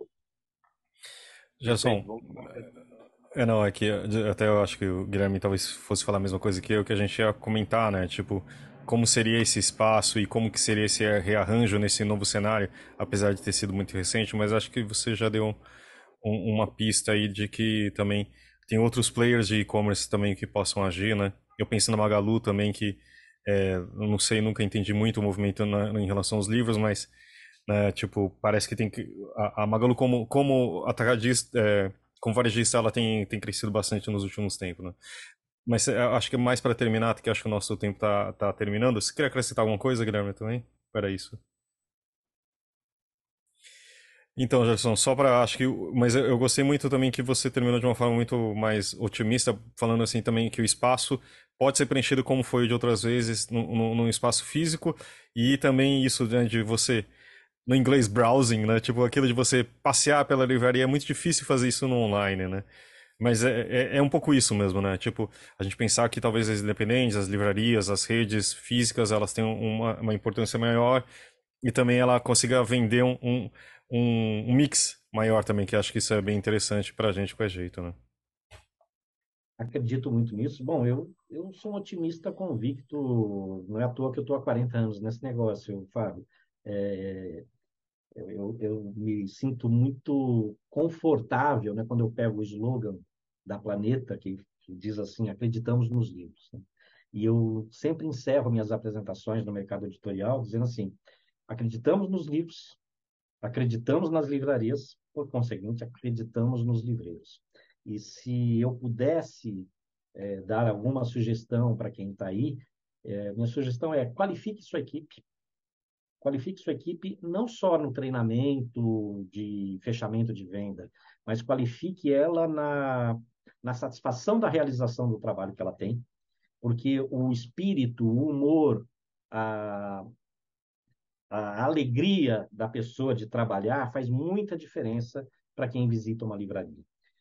Gerson, não, é que até eu acho que o Guilherme talvez fosse falar a mesma coisa que eu, que a gente ia comentar, né? Tipo, como seria esse espaço e como que seria esse rearranjo nesse novo cenário, apesar de ter sido muito recente, mas acho que você já deu uma pista aí de que também tem outros players de e-commerce também que possam agir, né? Eu penso na Magalu também, que eu não sei, nunca entendi muito o movimento em relação aos livros, mas né, tipo, parece que tem que a Magalu como atacadista, como varejista, ela tem crescido bastante nos últimos tempos, né? Mas acho que mais para terminar, porque acho que o nosso tempo tá terminando. Você queria acrescentar alguma coisa, Guilherme, também? Para isso. Então, Gerson, só para acho que, mas eu gostei muito também que você terminou de uma forma muito mais otimista, falando assim também que o espaço pode ser preenchido como foi de outras vezes num espaço físico e também isso, né, de você no inglês browsing, né, tipo aquilo de você passear pela livraria é muito difícil fazer isso no online, né? Mas é um pouco isso mesmo, né? Tipo, a gente pensar que talvez as independentes, as livrarias, as redes físicas, elas tenham uma importância maior e também ela consiga vender um mix maior também, que acho que isso é bem interessante pra gente com a jeito, né? acredito muito nisso. Bom, eu sou um otimista convicto, não é à toa que eu estou há 40 anos nesse negócio, Fábio. É, eu me sinto muito confortável, né, quando eu pego o slogan da Planeta, que diz assim: acreditamos nos livros, né? E eu sempre encerro minhas apresentações no mercado editorial dizendo assim: acreditamos nos livros, acreditamos nas livrarias, por conseguinte, acreditamos nos livreiros. E se eu pudesse dar alguma sugestão para quem está aí, minha sugestão é: qualifique sua equipe não só no treinamento de fechamento de venda, mas qualifique ela na satisfação da realização do trabalho que ela tem, porque o espírito, o humor, a, a alegria da pessoa de trabalhar faz muita diferença para quem visita uma livraria.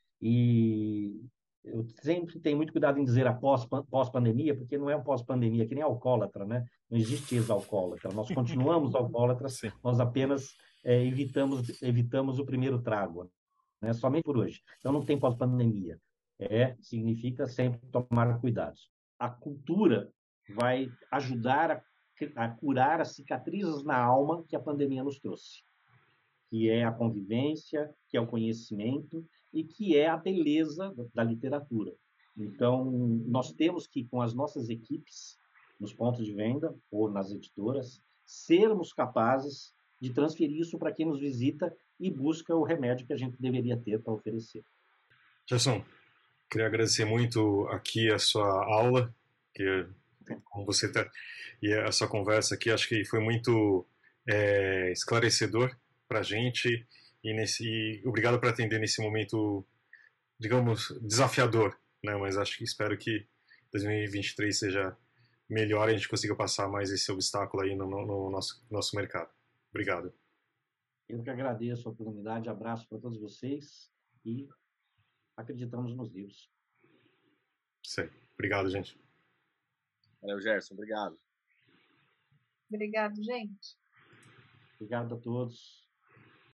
E eu sempre tenho muito cuidado em dizer pós-pandemia, porque não é um pós-pandemia, que nem alcoólatra, né? Não existe ex-alcoólatra. Nós continuamos alcoólatras, Sim. nós apenas evitamos o primeiro trago, né? Somente por hoje. Então não tem pós-pandemia. Significa sempre tomar cuidados. A cultura vai ajudar a curar as cicatrizes na alma que a pandemia nos trouxe, que é a convivência, que é o conhecimento e que é a beleza da literatura. Então, nós temos que, com as nossas equipes, nos pontos de venda ou nas editoras, sermos capazes de transferir isso para quem nos visita e busca o remédio que a gente deveria ter para oferecer. Gerson, queria agradecer muito aqui a sua aula, que com você e a sua conversa aqui, acho que foi muito esclarecedor para a gente e obrigado por atender nesse momento, digamos, desafiador, né? Mas espero que 2023 seja melhor e a gente consiga passar mais esse obstáculo aí no nosso mercado. Obrigado. Eu que agradeço a oportunidade, abraço para todos vocês e acreditamos nos livros. Sei. Obrigado, gente. Valeu, Gerson. Obrigado. Obrigado, gente. Obrigado a todos.